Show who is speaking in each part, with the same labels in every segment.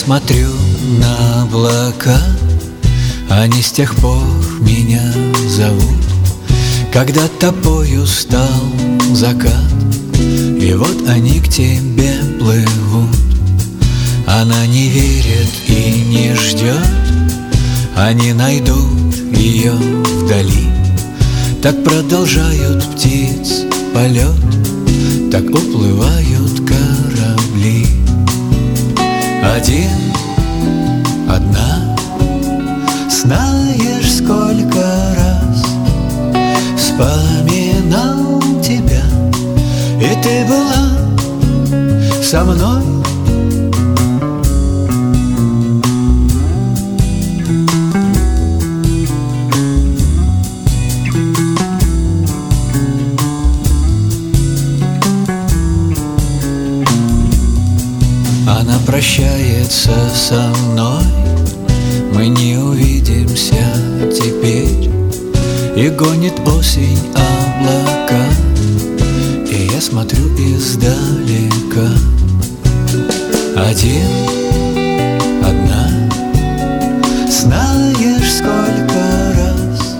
Speaker 1: смотрю на облака, они с тех пор меня зовут. Когда тобою стал закат, и вот они к тебе плывут. Она не верит и не ждет, они найдут ее вдали. Так продолжают птиц полет, так уплывают корабли. Один, одна, знаешь, сколько раз вспоминал тебя, и ты была со мной. Она прощается со мной, мы не увидимся теперь. И гонит осень облака, и я смотрю издалека. Один, одна, знаешь, сколько раз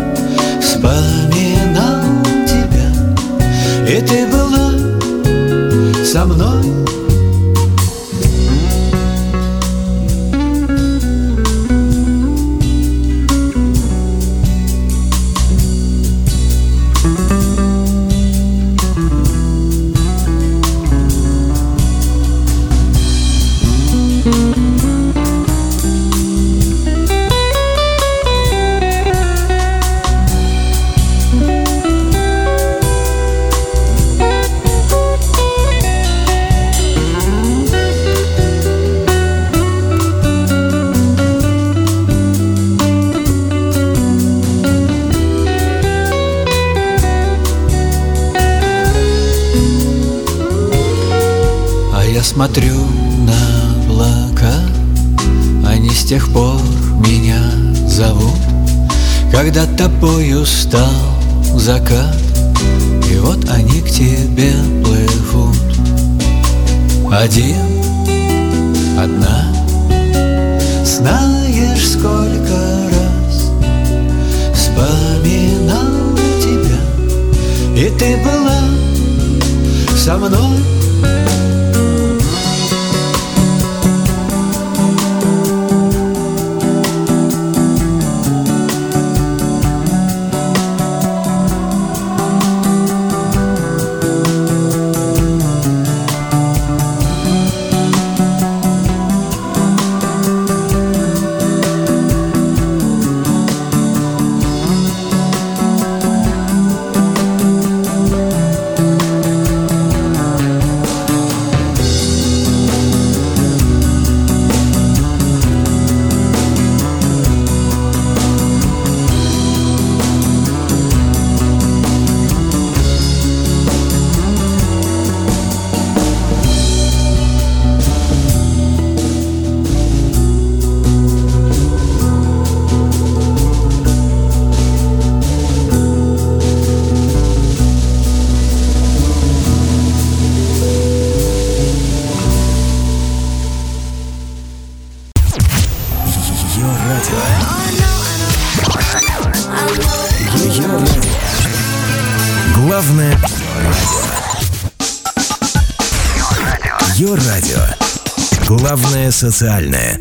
Speaker 1: вспоминал тебя, и ты была со мной. Я смотрю на облака, они с тех пор меня зовут. Когда тобою стал закат, и вот они к тебе плывут. Один, одна, знаешь, сколько раз вспоминал тебя, и ты была со мной.
Speaker 2: Главное Йо-радио. Главное социальное.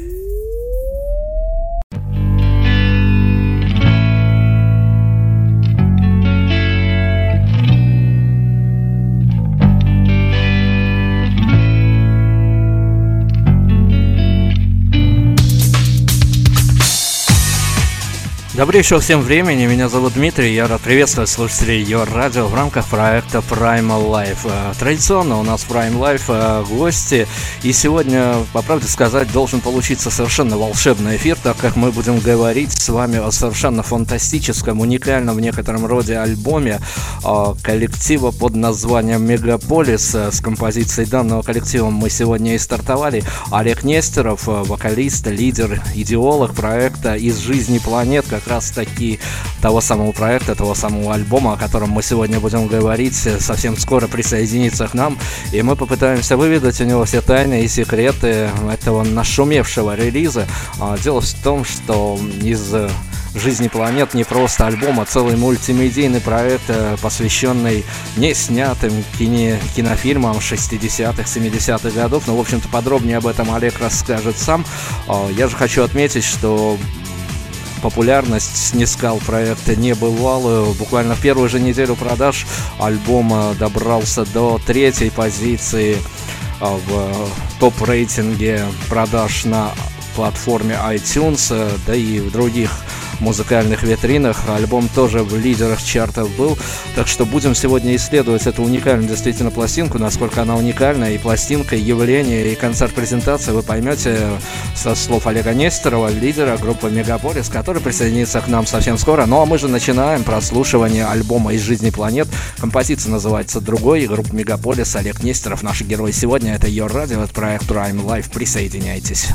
Speaker 3: Добрейшего всем времени, меня зовут Дмитрий, я рад приветствовать слушателей Йо-радио в рамках проекта Primal Life. Традиционно у нас Primal Life гости, и сегодня, по правде сказать, должен получиться совершенно волшебный эфир, так как мы будем говорить с вами о совершенно фантастическом, уникальном в некотором роде альбоме коллектива под названием Мегаполис. С композицией данного коллектива мы сегодня и стартовали. Олег Нестеров, вокалист, лидер, идеолог проекта «Из жизни планет», как как раз таки того самого проекта, того самого альбома, о котором мы сегодня будем говорить, совсем скоро присоединится к нам, и мы попытаемся выведать у него все тайны и секреты этого нашумевшего релиза. Дело в том, что из «Жизни планет» не просто альбом, а целый мультимедийный проект, посвященный неснятым кинофильмам 60-х, 70-х годов. Но, в общем-то, подробнее об этом Олег расскажет сам. Я же хочу отметить, что популярность снискал проект небывалую. Буквально в первую же неделю продаж альбом добрался до 3-й позиции в топ-рейтинге продаж на платформе iTunes, да и в других музыкальных витринах. Альбом тоже в лидерах чартов был, так что будем сегодня исследовать эту уникальную действительно пластинку, насколько она уникальна, и пластинка, и явление, и концерт-презентация вы поймете со слов Олега Нестерова, лидера группы Мегаполис, который присоединится к нам совсем скоро. Ну а мы же начинаем прослушивание альбома «Из жизни планет». Композиция называется «Другой», группа Мегаполис, Олег Нестеров, наш герой сегодня. Это Your Radio, это проект Prime Live. Присоединяйтесь.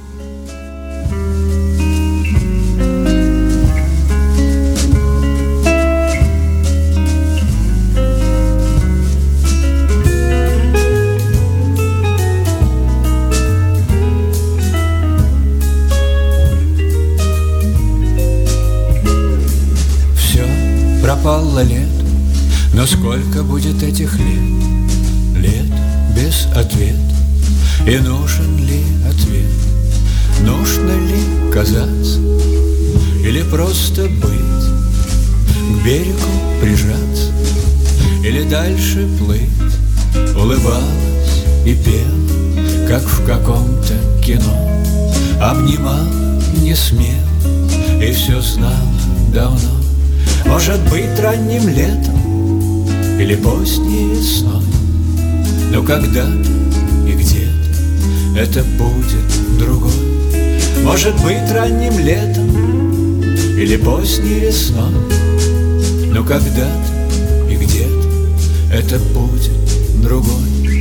Speaker 1: Пропало лет, но сколько будет этих лет? Лет без ответа. И нужен ли ответ? Нужно ли казаться? Или просто быть? К берегу прижаться? Или дальше плыть? Улыбалась и пела, как в каком-то кино. Обнимала не смело и все знала давно. Может быть, ранним летом или поздней весной, но когда-то и где-то это будет другой. Может быть, ранним летом или поздней весной, но когда-то и где-то это будет другой.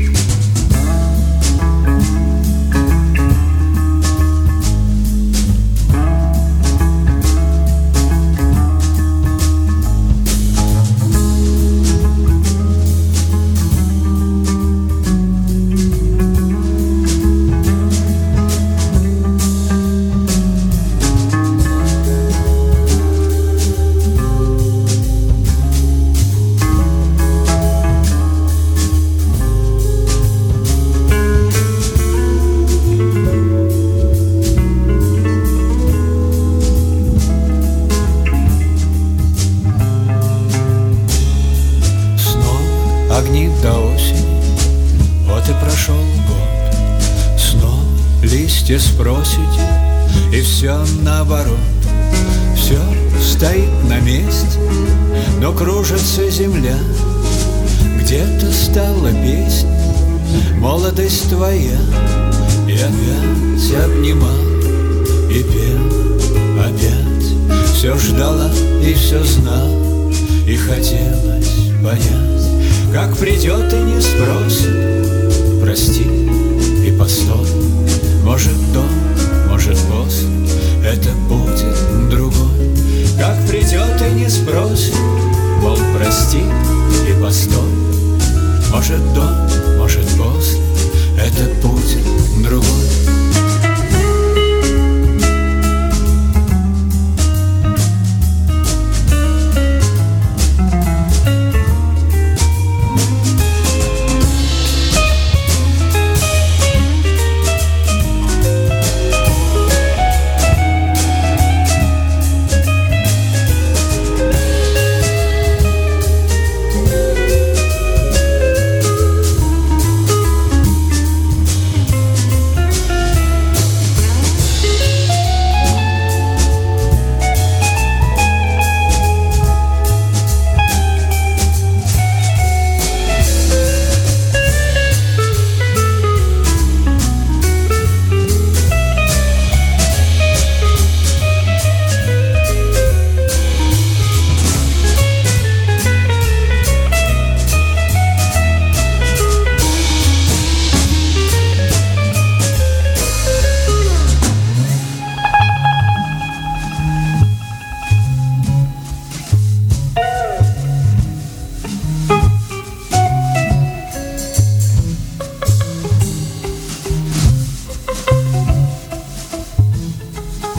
Speaker 1: Огни до осени, вот и прошел год. Снова листья спросите, и все наоборот. Все стоит на месте, но кружится земля. Где-то стала песня, молодость твоя. И опять обнимал, и пел опять. Все ждала и все знала, и хотелось понять. Как придет и не спросит, прости и постой. Может до, может после, это будет другой. Как придет и не спросит, мол, прости и постой. Может до, может после, это будет другой.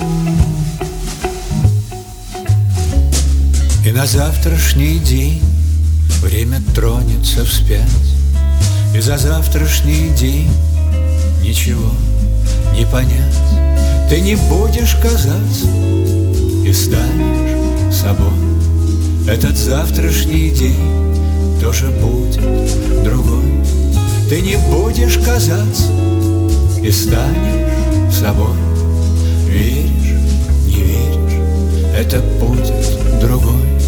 Speaker 1: И на завтрашний день время тронется вспять, и за завтрашний день ничего не понять. Ты не будешь казаться и станешь собой. Этот завтрашний день тоже будет другой. Ты не будешь казаться и станешь собой. Веришь, не веришь, это будет другой.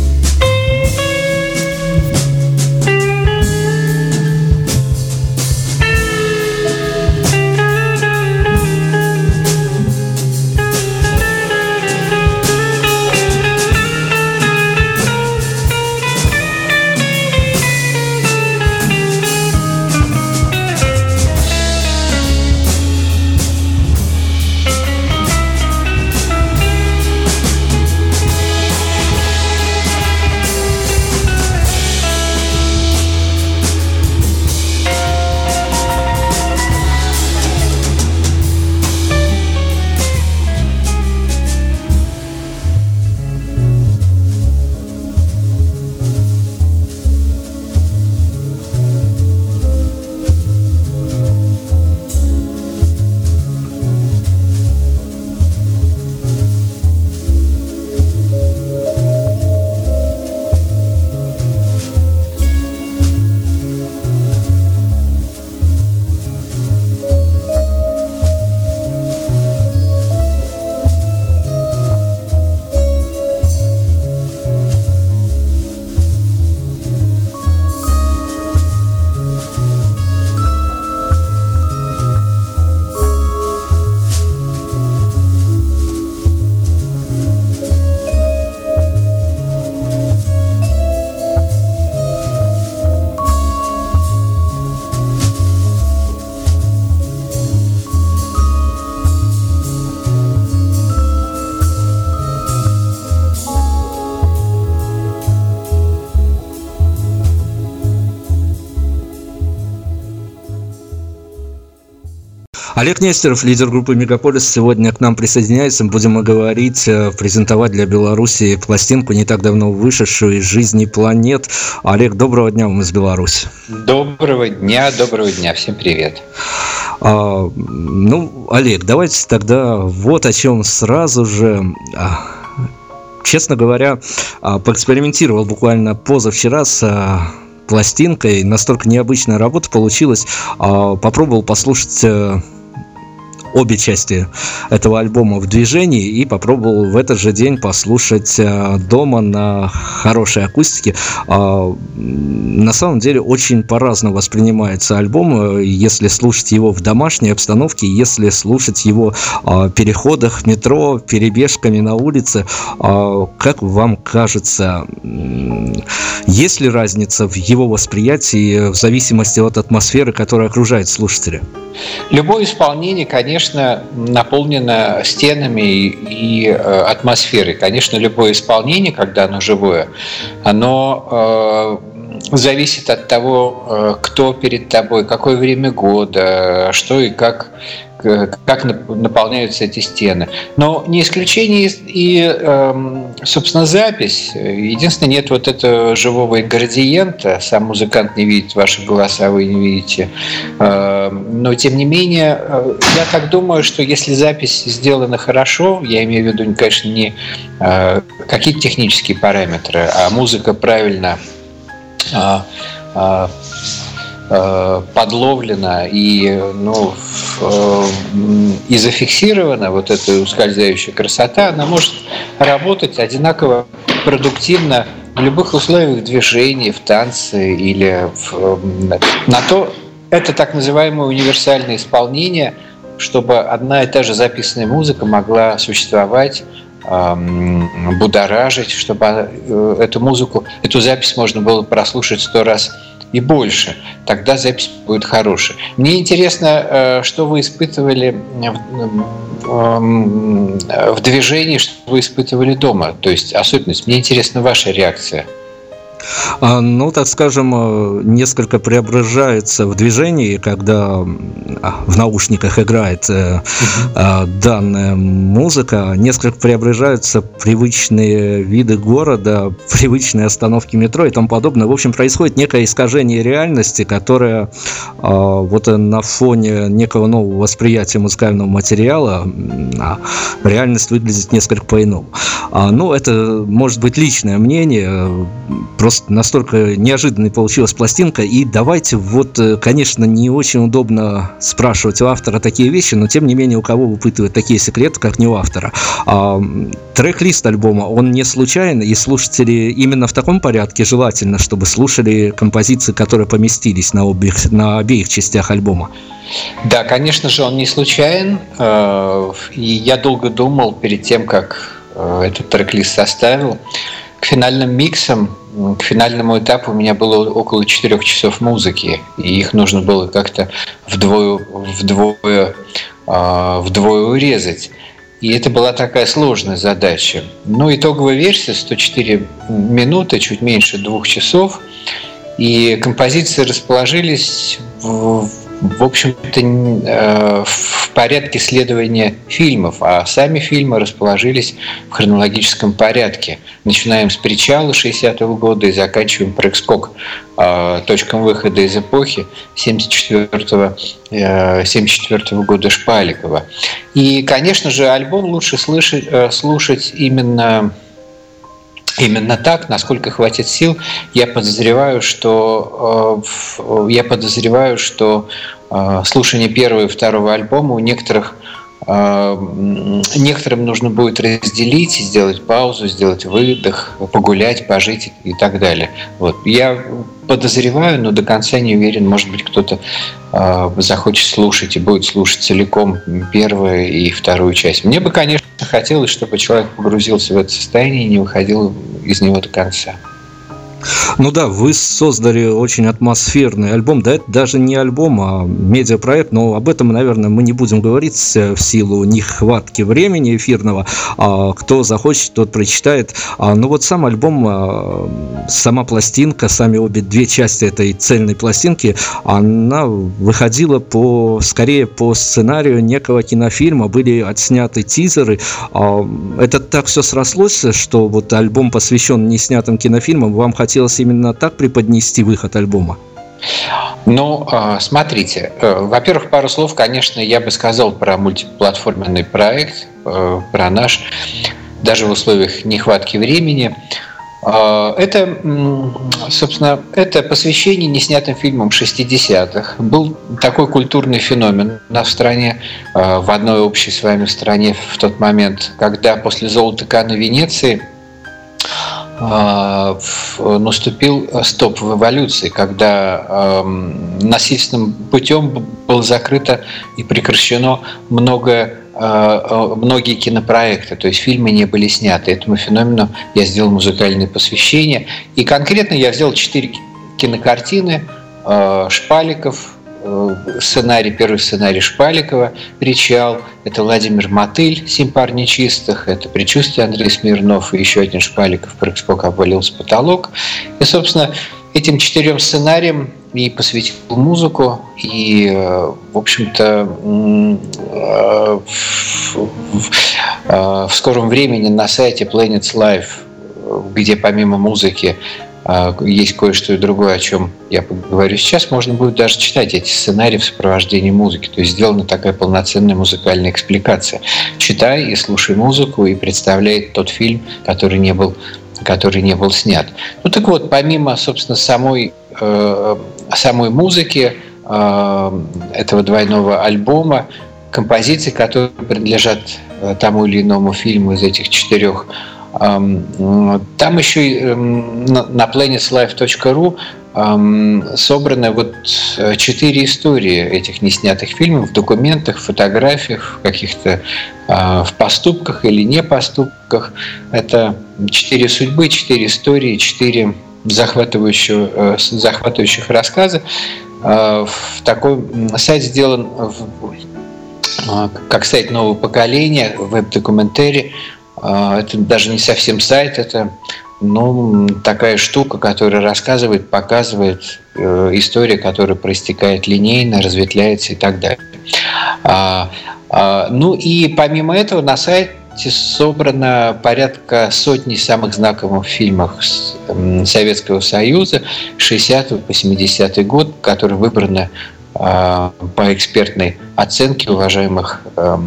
Speaker 3: Олег Нестеров, лидер группы «Мегаполис», сегодня к нам присоединяется. Будем говорить, презентовать для Беларуси пластинку, не так давно вышедшую, «Из жизни планет». Олег, доброго дня вам из Беларуси.
Speaker 4: Доброго дня, всем привет.
Speaker 3: Олег, давайте тогда вот о чем сразу же. Честно говоря, поэкспериментировал буквально позавчера с пластинкой. Настолько необычная работа получилась. Попробовал послушать обе части этого альбома в движении и попробовал в этот же день послушать дома на хорошей акустике. На самом деле очень по-разному воспринимается альбом, если слушать его в домашней обстановке, если слушать его в переходах метро, перебежками на улице. Как вам кажется, есть ли разница в его восприятии в зависимости от атмосферы, которая окружает слушателя?
Speaker 4: Любое исполнение, конечно, наполнено стенами и атмосферой. Конечно, любое исполнение, когда оно живое, оно зависит от того, кто перед тобой, какое время года, что и как наполняются эти стены. Но не исключение и, собственно, запись. Единственное, нет вот этого живого ингредиента. Сам музыкант не видит ваши голоса, вы не видите. Но, тем не менее, я так думаю, что если запись сделана хорошо, я имею в виду, конечно, не какие-то технические параметры, а музыка правильно подловлена и зафиксирована, вот эта ускользающая красота, она может работать одинаково продуктивно в любых условиях движения, в танце или на то. Это так называемое универсальное исполнение, чтобы одна и та же записанная музыка могла существовать, будоражить, чтобы эту запись можно было прослушать 100 раз и больше. Тогда запись будет хорошая. Мне интересно, что вы испытывали в движении, что вы испытывали дома. То есть особенность. Мне интересна ваша реакция.
Speaker 3: Ну, так скажем, несколько преображается в движении, когда в наушниках играет данная музыка, несколько преображаются привычные виды города, привычные остановки метро и тому подобное. В общем, происходит некое искажение реальности, которое вот на фоне некого нового восприятия музыкального материала реальность выглядит несколько по-иному. Ну, это может быть личное мнение, просто настолько неожиданной получилась пластинка. И давайте, вот, конечно, не очень удобно спрашивать у автора такие вещи, но тем не менее у кого выпытывают такие секреты, как не у автора. Трек-лист альбома, он не случайен, и слушатели именно в таком порядке желательно, чтобы слушали композиции, которые поместились на обеих частях альбома.
Speaker 4: Да, конечно же, он не случайен, и я долго думал перед тем, как этот трек-лист составил. К финальным миксам, к финальному этапу у меня было около 4 часов музыки, и их нужно было как-то вдвое урезать. И это была такая сложная задача. Но итоговая версия 104 минуты, чуть меньше 2 часов, и композиции расположились в общем-то, в порядке следования фильмов, а сами фильмы расположились в хронологическом порядке. Начинаем с «Причала» 60-го года и заканчиваем «Прыг-скок», точкам выхода из эпохи 74-го года Шпаликова. И, конечно же, альбом лучше слушать именно так, насколько хватит сил. Я подозреваю, что слушание первого и второго альбома у некоторым нужно будет разделить, сделать паузу, сделать выдох, погулять, пожить и так далее. Вот. Я подозреваю, но до конца не уверен. Может быть, кто-то захочет слушать и будет слушать целиком первую и вторую часть. Мне бы, конечно, хотелось, чтобы человек погрузился в это состояние и не выходил из него до конца.
Speaker 3: Ну да, вы создали очень атмосферный альбом. Да, это даже не альбом, а медиапроект. Но об этом, наверное, мы не будем говорить в силу нехватки времени эфирного. Кто захочет, тот прочитает. Но вот сам альбом, сама пластинка, сами обе две части этой цельной пластинки, она выходила скорее по сценарию некого кинофильма. Были отсняты тизеры. Это так все срослось, что вот альбом посвящен неснятым кинофильмам. Вам хотелось именно так преподнести выход альбома?
Speaker 4: Ну, смотрите, во-первых, пару слов, конечно, я бы сказал про мультиплатформенный проект, про наш, даже в условиях нехватки времени. Это, собственно, это посвящение неснятым фильмам 60-х. Был такой культурный феномен у нас в стране, в одной общей с вами стране в тот момент, когда после «Золота Канна» Венеции наступил стоп в эволюции, когда насильственным путем было закрыто и прекращено многие кинопроекты, то есть фильмы не были сняты. Этому феномену я сделал музыкальное посвящение. И конкретно я взял 4 кинокартины Шпаликов, первый сценарий Шпаликова «Причал», это Владимир Мотыль «Семь пар нечистых», это «Предчувствие» Андрей Смирнов и еще один Шпаликов «Прыг-скок, обвалился потолок». И, собственно, этим 4 сценариям и посвятил музыку, и, в общем-то, в скором времени на сайте Planets Life, где помимо музыки есть кое-что и другое, о чем я поговорю сейчас, можно будет даже читать эти сценарии в сопровождении музыки. То есть сделана такая полноценная музыкальная экспликация. Читай и слушай музыку, и представляй тот фильм, который не был снят. Ну так вот, помимо, собственно, самой музыки этого двойного альбома, композиции, которые принадлежат тому или иному фильму из этих 4, там еще и на planetslife.ru собраны вот 4 истории этих неснятых фильмов в документах, фотографиях, каких-то в поступках или не поступках. Это 4 судьбы, 4 истории, 4 захватывающих рассказа. Такой сайт сделан как сайт нового поколения, веб-документари. Это даже не совсем сайт, это такая штука, которая рассказывает, показывает история, которая проистекает линейно, разветвляется и так далее. И помимо этого на сайте собрано порядка сотни самых знаковых фильмов Советского Союза 60 по 70-й год, которые выбраны по экспертной оценке уважаемых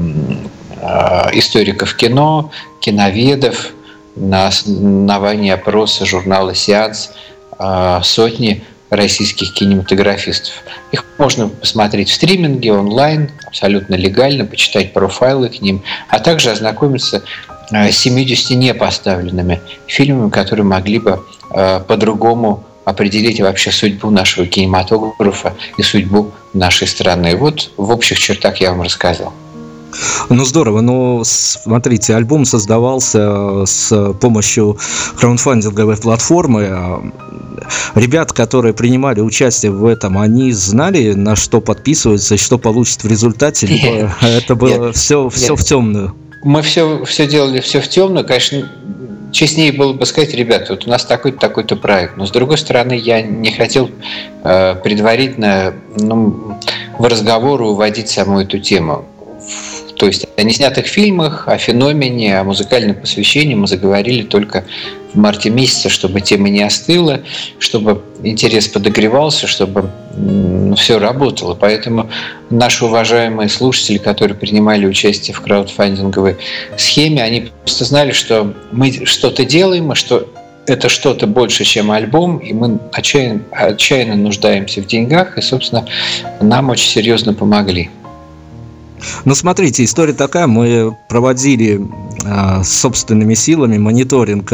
Speaker 4: историков кино, киноведов, на основании опроса журнала «Сеанс» сотни российских кинематографистов. Их можно посмотреть в стриминге, онлайн, абсолютно легально, почитать профайлы к ним, а также ознакомиться с 70 непоставленными фильмами, которые могли бы по-другому определить вообще судьбу нашего кинематографа и судьбу нашей страны. Вот в общих чертах я вам рассказал.
Speaker 3: Здорово, но смотрите, альбом создавался с помощью краундфандинговой платформы. Ребята, которые принимали участие в этом, они знали, на что подписываются и что получат в результате? Либо это было все в темную?
Speaker 4: Мы все делали все в темную, конечно. Честнее было бы сказать: ребята, вот у нас такой-то, такой-то проект. Но с другой стороны, я не хотел предварительно в разговор уводить саму эту тему. То есть о неснятых фильмах, о феномене, о музыкальном посвящении мы заговорили только в марте месяце, чтобы тема не остыла, чтобы интерес подогревался, чтобы все работало. Поэтому наши уважаемые слушатели, которые принимали участие в краудфандинговой схеме, они просто знали, что мы что-то делаем, и что это что-то больше, чем альбом, и мы отчаянно нуждаемся в деньгах, и, собственно, нам очень серьезно помогли.
Speaker 3: Смотрите, история такая, мы проводили собственными силами мониторинг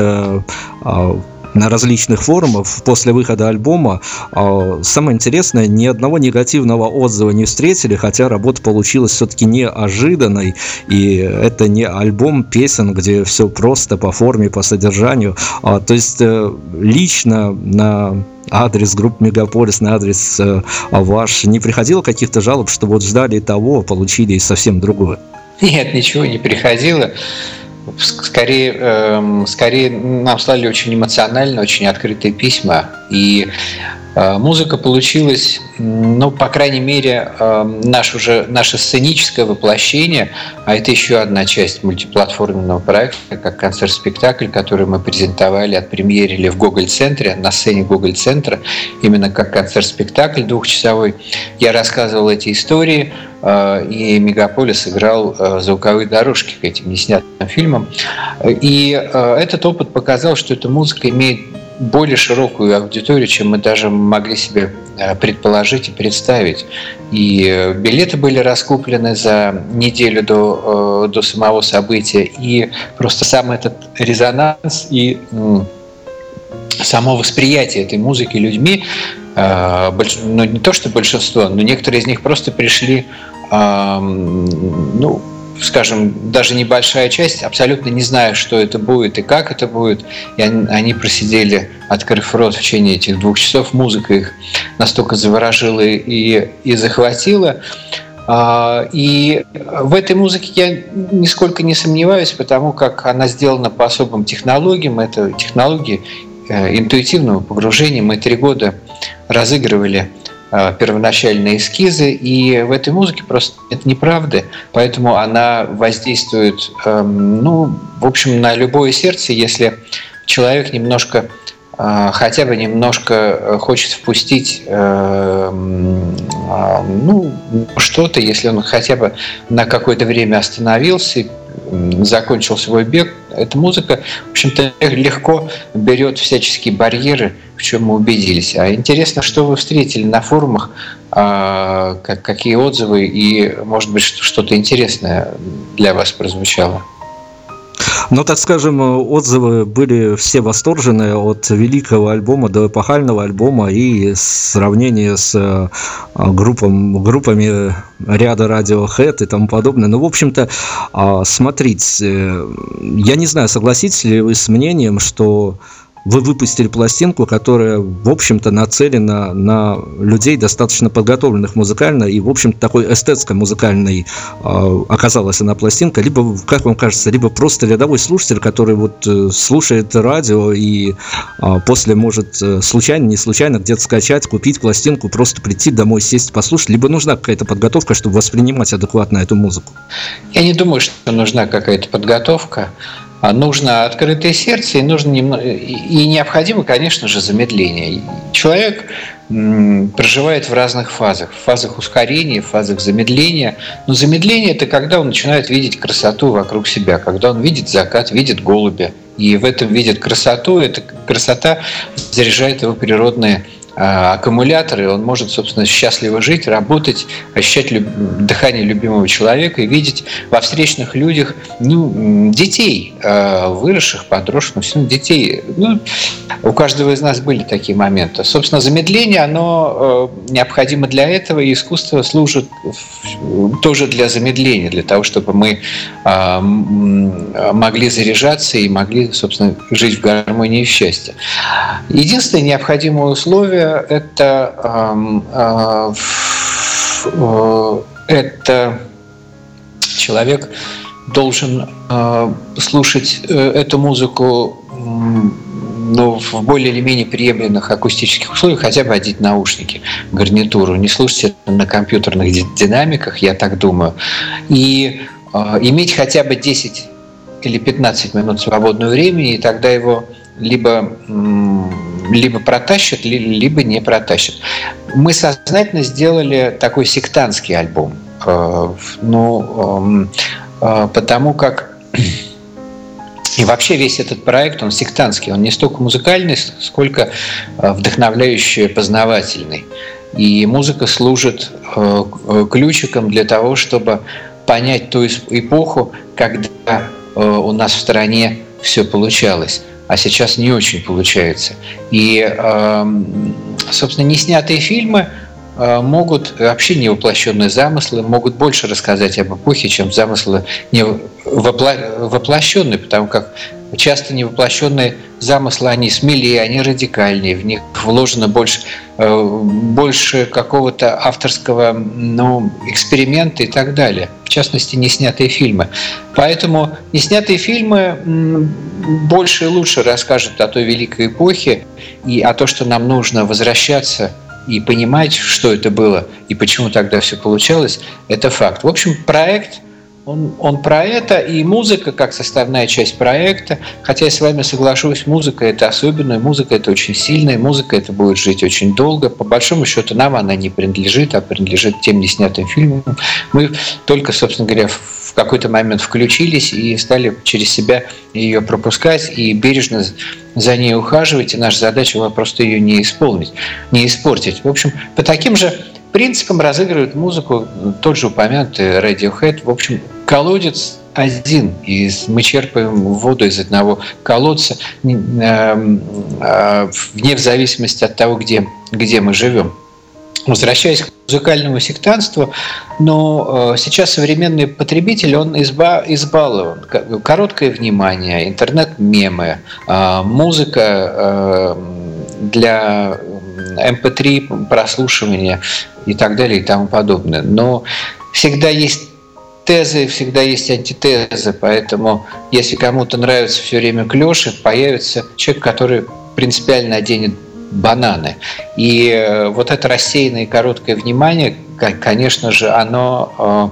Speaker 3: на различных форумах после выхода альбома. Самое интересное, ни одного негативного отзыва не встретили, хотя работа получилась все-таки неожиданной, и это не альбом песен, где все просто по форме, по содержанию. То есть лично на адрес группы «Мегаполис», на адрес ваш не приходило каких-то жалоб, что вот ждали того, получили совсем другое?
Speaker 4: Нет, ничего не приходило. Скорее нам слали очень эмоционально, очень открытые письма. И музыка получилась, по крайней мере, наше сценическое воплощение, а это еще одна часть мультиплатформенного проекта, как концерт-спектакль, который мы презентовали, отпремьерили в Гоголь-центре, на сцене Гоголь-центра, именно как концерт-спектакль двухчасовой. Я рассказывал эти истории, и Мегаполис играл звуковые дорожки к этим неснятым фильмам. И этот опыт показал, что эта музыка имеет более широкую аудиторию, чем мы даже могли себе предположить и представить. И билеты были раскуплены за неделю до самого события. И просто сам этот резонанс и само восприятие этой музыки людьми, не то что большинство, но некоторые из них просто пришли, скажем, даже небольшая часть, абсолютно не зная, что это будет и как это будет. И они просидели, открыв рот, в течение этих 2 часов. Музыка их настолько заворожила и захватила. И в этой музыке я нисколько не сомневаюсь, потому как она сделана по особым технологиям. Это технологии интуитивного погружения. Мы 3 года разыгрывали первоначальные эскизы, и в этой музыке просто нет неправды, поэтому она воздействует, в общем, на любое сердце, если человек немножко, хотя бы немножко хочет впустить что-то, если он хотя бы на какое-то время остановился, закончил свой бег, эта музыка, в общем-то, легко берет всяческие барьеры, в чем мы убедились. А интересно, что вы встретили на форумах, какие отзывы, и, может быть, что-то интересное для вас прозвучало?
Speaker 3: Так скажем, отзывы были все восторженные, от великого альбома до эпохального альбома, и сравнение с группами ряда Radiohead и тому подобное. В общем-то, смотрите, я не знаю, согласитесь ли вы с мнением, что вы выпустили пластинку, которая, в общем-то, нацелена на людей, достаточно подготовленных музыкально, и, в общем-то, такой эстетско-музыкальной оказалась она пластинка, либо, как вам кажется, либо просто рядовой слушатель, который вот слушает радио и после может случайно, не случайно где-то скачать, купить пластинку, просто прийти домой, сесть, послушать, либо нужна какая-то подготовка, чтобы воспринимать адекватно эту музыку?
Speaker 4: Я не думаю, что нужна какая-то подготовка. Нужно открытое сердце и необходимо, конечно же, замедление. Человек проживает в разных фазах. В фазах ускорения, в фазах замедления. Но замедление – это когда он начинает видеть красоту вокруг себя, когда он видит закат, видит голубя. И в этом видит красоту. Эта красота заряжает его природные аккумуляторы, он может, собственно, счастливо жить, работать, ощущать дыхание любимого человека и видеть во встречных людях детей, выросших, подросших, детей. У каждого из нас были такие моменты. Собственно, замедление, оно необходимо для этого, и искусство служит тоже для замедления, для того, чтобы мы могли заряжаться и могли, собственно, жить в гармонии и в счастье. Единственное необходимое условие – это человек должен слушать эту музыку в более или менее приемлемых акустических условиях, хотя бы одеть наушники, гарнитуру, не слушать это на компьютерных динамиках, я так думаю, и иметь хотя бы 10 или 15 минут свободного времени, и тогда его либо протащат, либо не протащат. Мы сознательно сделали такой сектантский альбом, потому как и вообще весь этот проект, он сектантский, он не столько музыкальный, сколько вдохновляющий, познавательный. И музыка служит ключиком для того, чтобы понять ту эпоху, когда у нас в стране все получалось, а сейчас не очень получается. И, собственно, неснятые фильмы могут, вообще невоплощенные замыслы, могут больше рассказать об эпохе, чем замыслы воплощенные, потому как часто невоплощенные замыслы, они смелее, они радикальнее, в них вложено больше какого-то авторского эксперимента и так далее. В частности, неснятые фильмы. Поэтому неснятые фильмы больше и лучше расскажут о той великой эпохе и о том, что нам нужно возвращаться и понимать, что это было и почему тогда все получалось, это факт. В общем, проект, он про это, и музыка как составная часть проекта. Хотя я с вами соглашусь, музыка – это особенная, музыка – это очень сильная, музыка это будет жить очень долго. По большому счету нам она не принадлежит, а принадлежит тем неснятым фильмам. Мы только, собственно говоря, в какой-то момент включились и стали через себя ее пропускать и бережно за ней ухаживать. И наша задача была просто ее не испортить. В общем, по таким же принципам разыгрывает музыку тот же упомянутый Radiohead. В общем, колодец один, и мы черпаем воду из одного колодца, вне зависимости от того, где мы живем. Возвращаясь к музыкальному сектантству, но сейчас современный потребитель, он избалован. Короткое внимание, интернет-мемы, музыка для MP3 прослушивания и так далее и тому подобное. Но всегда есть тезы, всегда есть антитезы, поэтому если кому-то нравится все время клёши, появится человек, который принципиально оденет бананы. И вот это рассеянное и короткое внимание, конечно же, оно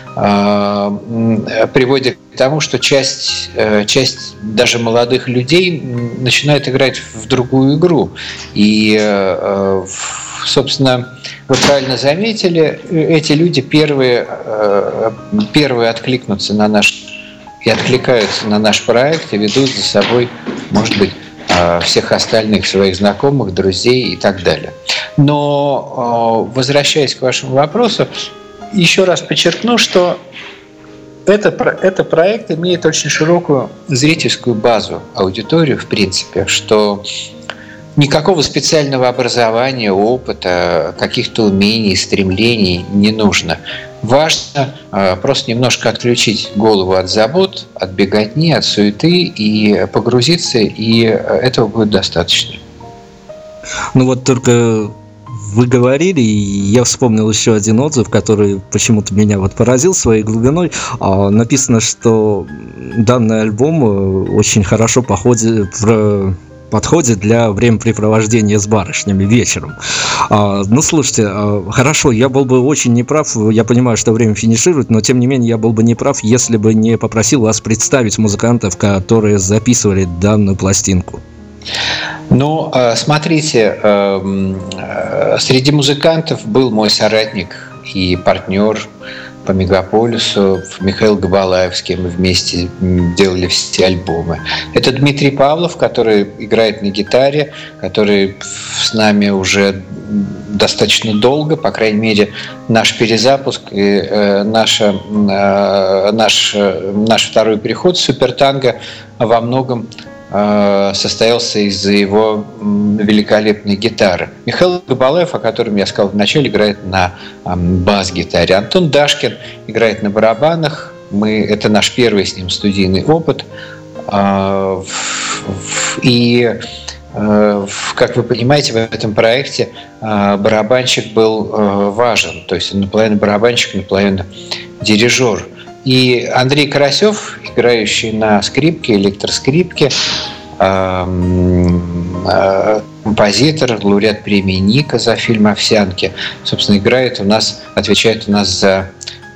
Speaker 4: приводит к тому, что часть даже молодых людей начинает играть в другую игру. И, собственно, вы правильно заметили, эти люди первые откликнутся на откликаются на наш проект и ведут за собой, может быть, всех остальных своих знакомых, друзей и так далее. Но, возвращаясь к вашему вопросу, еще раз подчеркну, что этот проект имеет очень широкую зрительскую базу, аудиторию, в принципе, что Никакого специального образования, опыта, каких-то умений, стремлений не нужно. Важно просто немножко отключить голову от забот, от беготни, от суеты и погрузиться, и этого будет достаточно.
Speaker 3: Ну вот только вы говорили, и я вспомнил еще один отзыв, который почему-то меня вот поразил своей глубиной. Написано, что данный альбом очень хорошо подходит для времяпрепровождения с барышнями вечером. Ну, слушайте, хорошо, я был бы очень неправ, я понимаю, что время финиширует, но тем не менее я был бы неправ, если бы не попросил вас представить музыкантов, которые записывали данную пластинку.
Speaker 4: Ну, смотрите, среди музыкантов был мой соратник и партнер по Мегаполису Михаил Габалаев, с кем мы вместе делали все альбомы. Это Дмитрий Павлов, который играет на гитаре, который с нами уже достаточно долго, по крайней мере, наш перезапуск и наш второй приход «Супертанго» во многом состоялся из-за его великолепной гитары. Михаил Габалаев, о котором я сказал вначале, играет на бас-гитаре. Антон Дашкин играет на барабанах. Это наш первый с ним студийный опыт. И, как вы понимаете, в этом проекте барабанщик был важен. То есть он наполовину барабанщик, наполовину дирижер. И Андрей Карасев, играющий на скрипке, электроскрипке, композитор, лауреат премии Ника за фильм «Овсянки», собственно, отвечает у нас за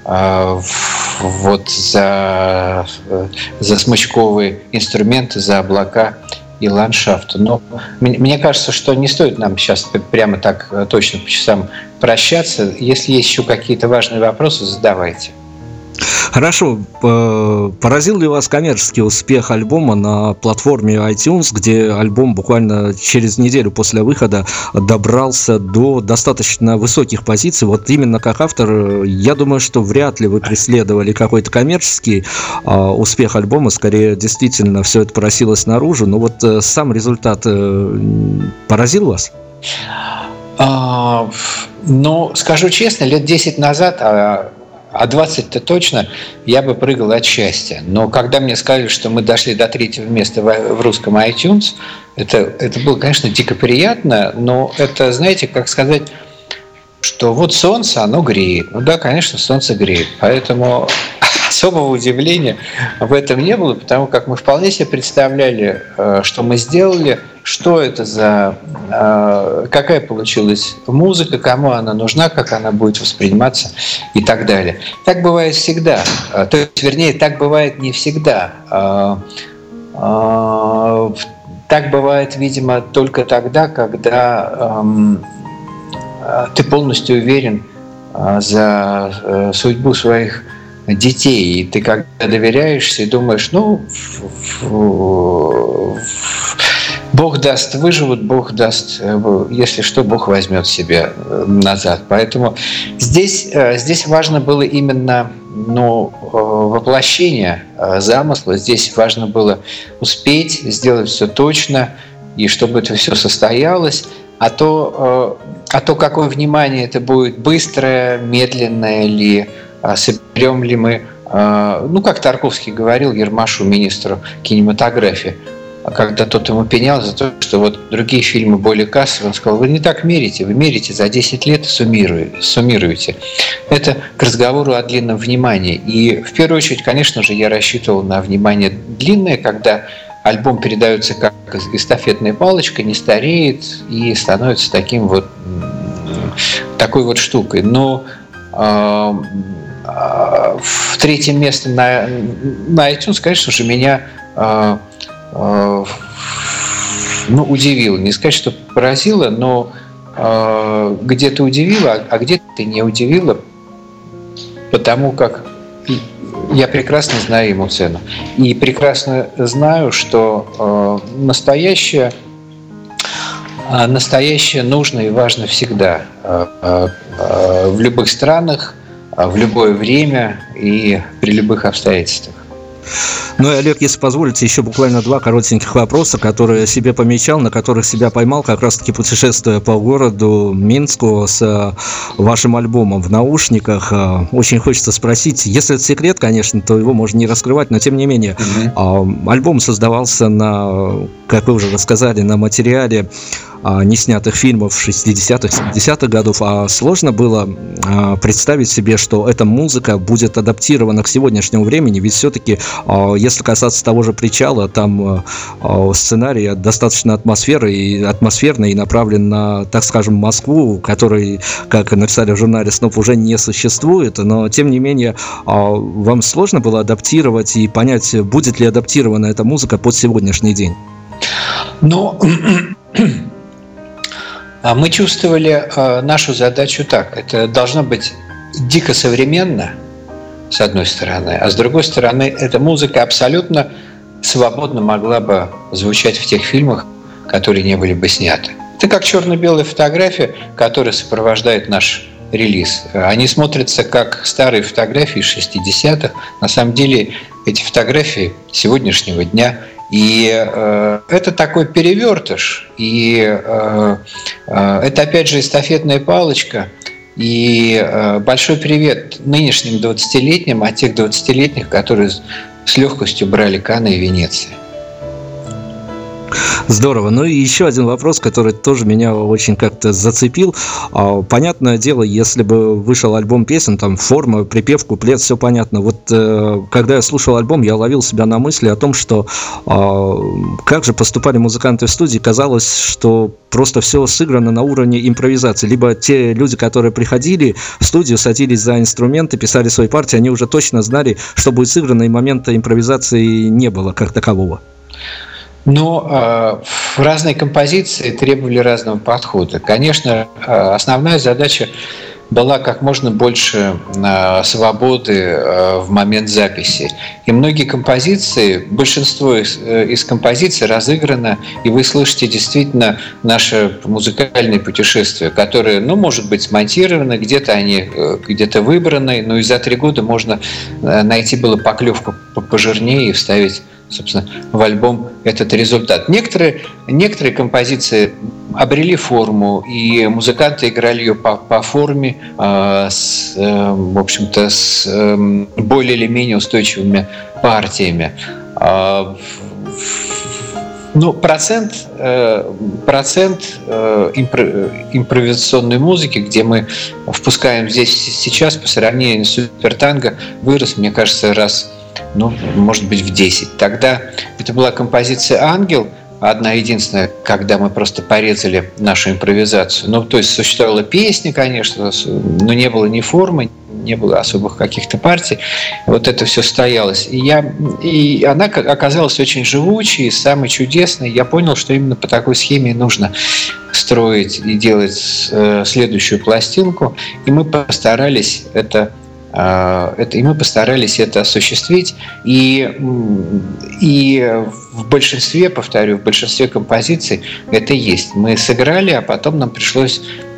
Speaker 4: смычковые инструменты, за облака и ландшафт. Но мне кажется, что не стоит нам сейчас прямо так точно по часам прощаться. Если есть еще какие-то важные вопросы, задавайте.
Speaker 3: Хорошо. Поразил ли вас коммерческий успех альбома на платформе iTunes, где альбом буквально через неделю после выхода добрался до достаточно высоких позиций? Вот именно как автор, я думаю, что вряд ли вы преследовали какой-то коммерческий успех альбома, скорее действительно все это просилось наружу, но вот сам результат поразил вас?
Speaker 4: Ну, скажу честно, лет 10 назад, а 20-то точно, я бы прыгал от счастья. Но когда мне сказали, что мы дошли до 3-го места в русском iTunes, это было, конечно, дико приятно, но это, знаете, как сказать, что вот солнце, оно греет. Ну да, конечно, солнце греет. Поэтому особого удивления в этом не было, потому как мы вполне себе представляли, что мы сделали, что это за... какая получилась музыка, кому она нужна, как она будет восприниматься и так далее. Так бывает всегда. То есть, вернее, так бывает не всегда. Так бывает, видимо, только тогда, когда ты полностью уверен за судьбу своих детей, и ты когда доверяешься и думаешь, ну, Бог даст, выживут, Бог даст, если что, Бог возьмет себе назад. Поэтому здесь важно было именно воплощение замысла, здесь важно было успеть сделать все точно, и чтобы это все состоялось. А то какое внимание это будет, быстрое, медленное ли, соберем ли мы, как Тарковский говорил Ермашу, министру кинематографии, когда тот ему пенял за то, что вот другие фильмы более кассовые, он сказал, вы не так мерите, вы мерите за 10 лет и суммируете. Это к разговору о длинном внимании. И в первую очередь, конечно же, я рассчитывал на внимание длинное, когда альбом передается как эстафетная палочка, не стареет и становится такой вот штукой. Но в 3-е место на iTunes, конечно же, меня удивило. Не сказать, что поразило, но где-то удивило, а где-то не удивило, потому как я прекрасно знаю ему цену. И прекрасно знаю, что настоящее нужно и важно всегда, в любых странах, в любое время и при любых обстоятельствах.
Speaker 3: Ну и, Олег, если позволите, еще буквально 2 коротеньких вопроса, которые я себе помечал, на которых себя поймал, как раз-таки путешествуя по городу Минску с вашим альбомом в наушниках. Очень хочется спросить, если это секрет, конечно, то его можно не раскрывать, но тем не менее, альбом создавался на, как вы уже рассказали, на материале неснятых фильмов 60-х, 70-х годов, а сложно было представить себе, что эта музыка будет адаптирована к сегодняшнему времени, ведь все-таки, если касаться того же «Причала», там сценарий достаточно атмосферный и направлен на, так скажем, Москву, который, как написали в журнале «Сноп», уже не существует, но тем не менее вам сложно было адаптировать и понять, будет ли адаптирована эта музыка под сегодняшний день?
Speaker 4: Ну, мы чувствовали нашу задачу так. Это должно быть дико современно, с одной стороны, а с другой стороны, эта музыка абсолютно свободно могла бы звучать в тех фильмах, которые не были бы сняты. Это как черно-белая фотография, которая сопровождает наш релиз. Они смотрятся как старые фотографии из 60-х. На самом деле эти фотографии сегодняшнего дня. И это такой перевертыш, и это, опять же, эстафетная палочка. И большой привет нынешним 20-летним, от тех 20-летних, которые с легкостью брали Канны и Венеции.
Speaker 3: Здорово. Ну и еще один вопрос, который тоже меня очень как-то зацепил. Понятное дело, если бы вышел альбом песен, там форма, припев, куплет, все понятно. Вот когда я слушал альбом, я ловил себя на мысли о том, что как же поступали музыканты в студии. Казалось, что просто все сыграно на уровне импровизации. Либо те люди, которые приходили в студию, садились за инструменты, писали свои партии, они уже точно знали, что будет сыграно, и момента импровизации не было как такового.
Speaker 4: Но разные композиции требовали разного подхода. Конечно, основная задача была как можно больше свободы в момент записи. И многие композиции, большинство из композиций разыграно, и вы слышите действительно наше музыкальное путешествие, которое, может быть, смонтировано, где-то они где-то выбраны, но и за 3 года можно найти было поклевку пожирнее и вставить, собственно, в альбом этот результат. Некоторые композиции обрели форму, и музыканты играли ее по форме, в общем-то, с более или менее устойчивыми партиями. Процент импровизационной музыки, где мы впускаем здесь сейчас, по сравнению с супертанго, вырос, мне кажется, раз, может быть, в 10. Тогда это была композиция «Ангел», одна единственная, когда мы просто порезали нашу импровизацию. То есть существовала песня, конечно, но не было ни формы, не было особых каких-то партий. Вот это все стоялось. И она оказалась очень живучей, самой чудесной. Я понял, что именно по такой схеме нужно строить и делать следующую пластинку. И мы постарались это осуществить. И в большинстве, повторю, в большинстве композиций это есть. Мы сыграли, а потом нам пришлось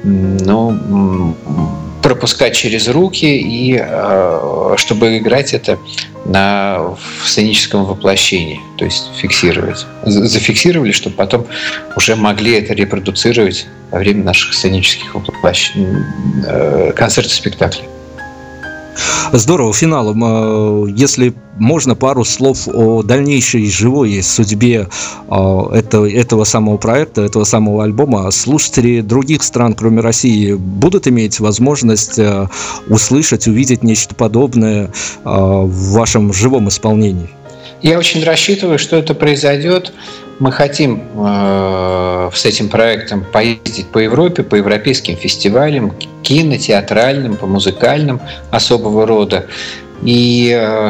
Speaker 4: пропускать через руки, и чтобы играть это в сценическом воплощении, то есть фиксировать. Зафиксировали, чтобы потом уже могли это репродуцировать во время наших сценических концертов, спектаклей.
Speaker 3: Здорово. Финалом, если можно, пару слов о дальнейшей живой судьбе этого самого проекта, этого самого альбома. Слушатели других стран, кроме России, будут иметь возможность услышать, увидеть нечто подобное в вашем живом исполнении?
Speaker 4: Я очень рассчитываю, что это произойдет. Мы хотим с этим проектом поездить по Европе, по европейским фестивалям, кино, театральным, по музыкальным особого рода. И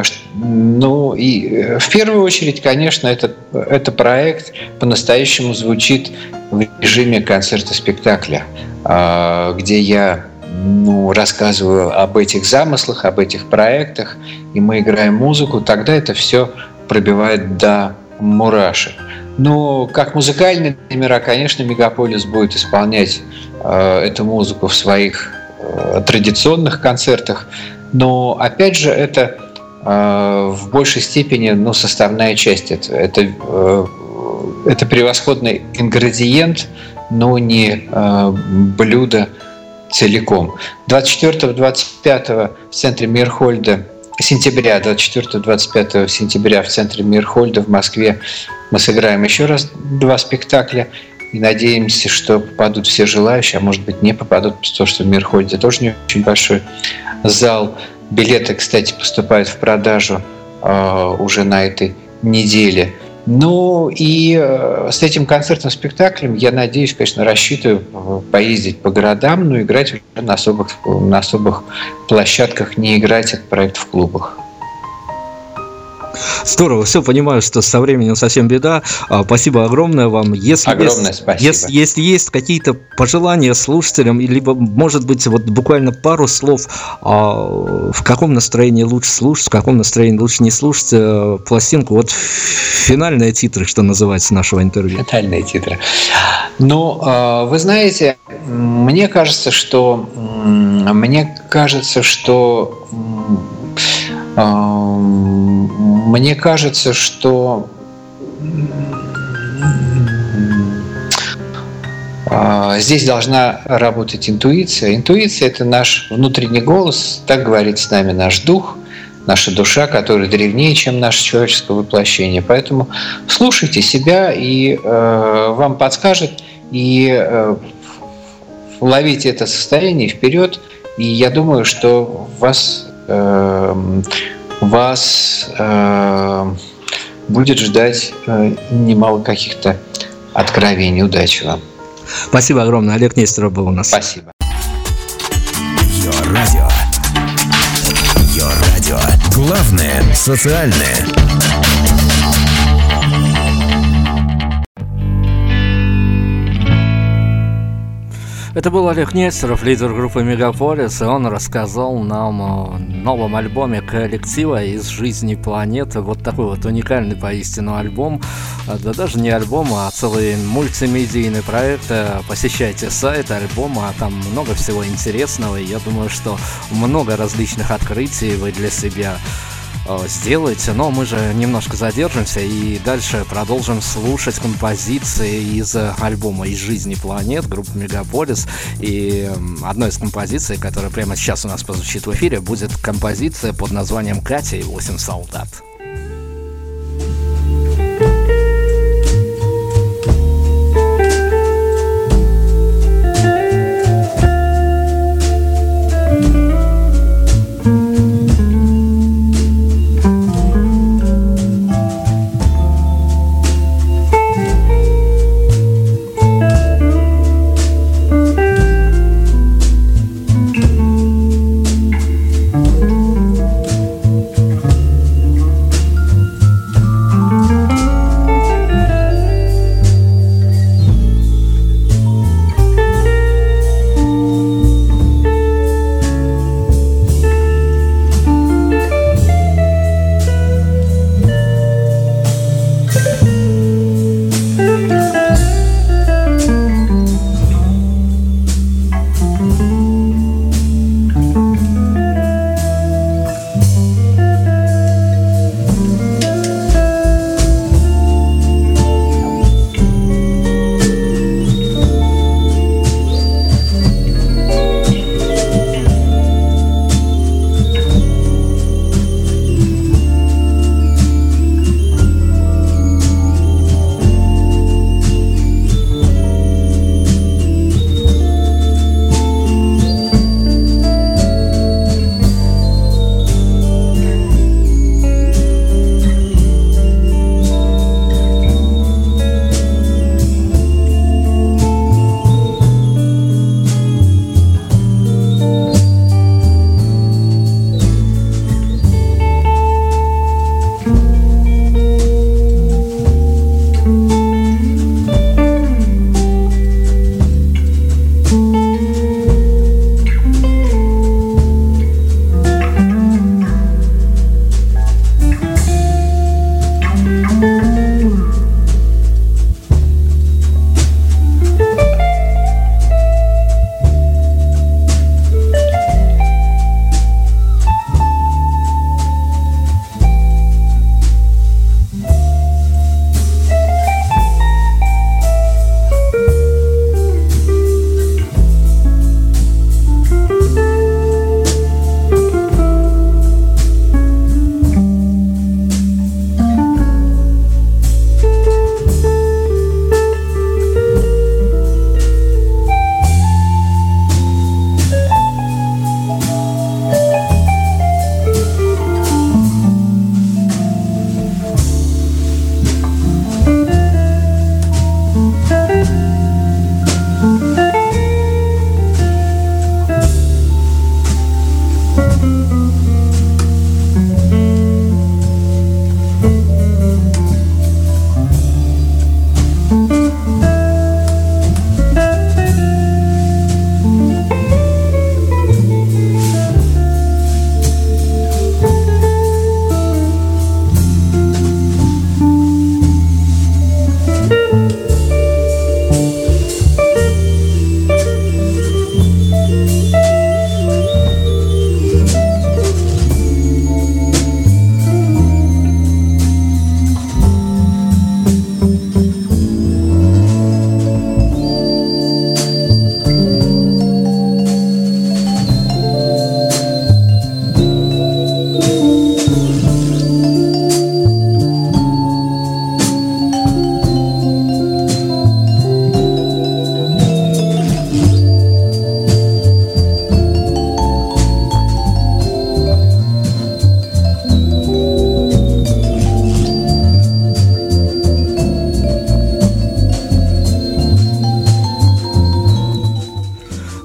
Speaker 4: в первую очередь, конечно, это проект по-настоящему звучит в режиме концерта-спектакля, где я рассказываю об этих замыслах, об этих проектах, и мы играем музыку. Тогда это все пробивает до мурашек. Но как музыкальные номера, конечно, Мегаполис будет исполнять эту музыку в своих традиционных концертах. Но, опять же, это в большей степени составная часть. Это превосходный ингредиент, но не блюдо целиком. 24-25 в центре Мейерхольда, сентября, 24-25 сентября в центре Мейерхольда в Москве мы сыграем еще раз 2 спектакля. И надеемся, что попадут все желающие, а может быть не попадут, потому что в Мейерхольде тоже не очень большой зал. Билеты, кстати, поступают в продажу уже на этой неделе. Ну и с этим концертным спектаклем, я надеюсь, конечно, рассчитываю поездить по городам, но играть уже на особых площадках, не играть этот проект в клубах.
Speaker 3: Здорово, все понимаю, что со временем совсем беда. Спасибо огромное вам.
Speaker 4: Огромное спасибо.
Speaker 3: Если есть какие-то пожелания слушателям, либо, может быть, вот буквально пару слов, в каком настроении лучше слушать, в каком настроении лучше не слушать пластинку, вот финальные титры, что называется, нашего интервью.
Speaker 4: Финальные титры. Ну, вы знаете, мне кажется, что здесь должна работать интуиция. Интуиция – это наш внутренний голос, так говорит с нами наш дух, наша душа, которая древнее, чем наше человеческое воплощение. Поэтому слушайте себя, и вам подскажет, и ловите это состояние вперед. И я думаю, что вас будет ждать немало каких-то откровений. Удачи вам.
Speaker 3: Спасибо огромное. Олег Нестеров был у нас.
Speaker 4: Спасибо.
Speaker 2: Йо-радио. Йо-радио. Главное социальное.
Speaker 3: Это был Олег Нестеров, лидер группы «Мегаполис», и он рассказал нам о новом альбоме коллектива «Из жизни планеты». Вот такой вот уникальный поистину альбом. Да даже не альбом, а целый мультимедийный проект. Посещайте сайт альбома, там много всего интересного, и я думаю, что много различных открытий вы для себя сделать, но мы же немножко задержимся и дальше продолжим слушать композиции из альбома «Из жизни планет» группы «Мегаполис». И одной из композиций, которая прямо сейчас у нас прозвучит в эфире, будет композиция под названием «Катя и 8 солдат».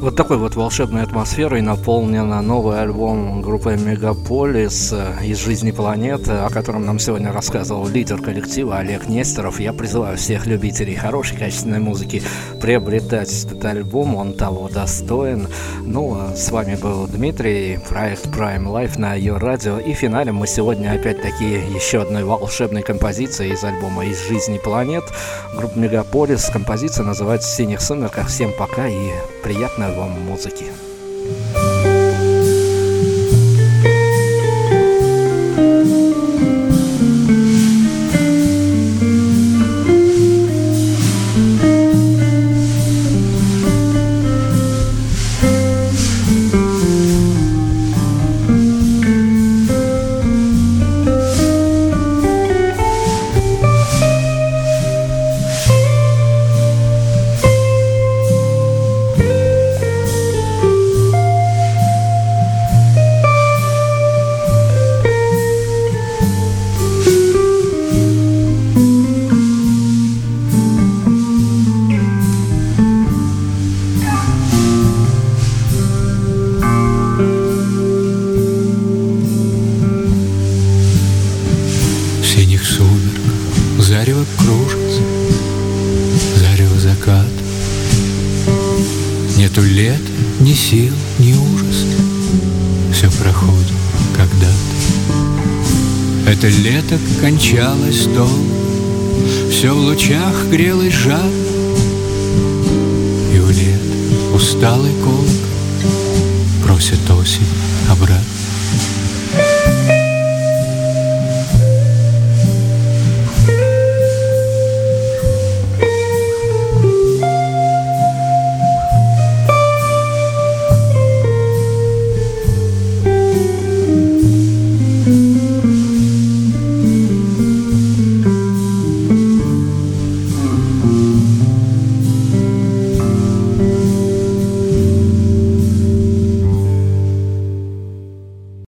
Speaker 3: Вот такой вот волшебной атмосферой наполнен новый альбом группы «Мегаполис» из жизни планеты, о котором нам сегодня рассказывал лидер коллектива Олег Нестеров. Я призываю всех любителей хорошей, качественной музыки приобретать этот альбом, он того достоин. Ну, а с вами был Дмитрий, проект Prime Life на Ее Радио. И финалем мы сегодня опять-таки еще одной волшебной композицией из альбома «Из жизни планет». Группа «Мегаполис». Композиция называется «В синих сумерках». Всем пока и приятной вам музыки.
Speaker 1: Зарево кружится, зарево закат. Нету лета, ни сил, ни ужаса. Все проходит когда-то. Это лето кончалось долго, все в лучах грелось жар. И в лето усталый колокол просит осень обратно.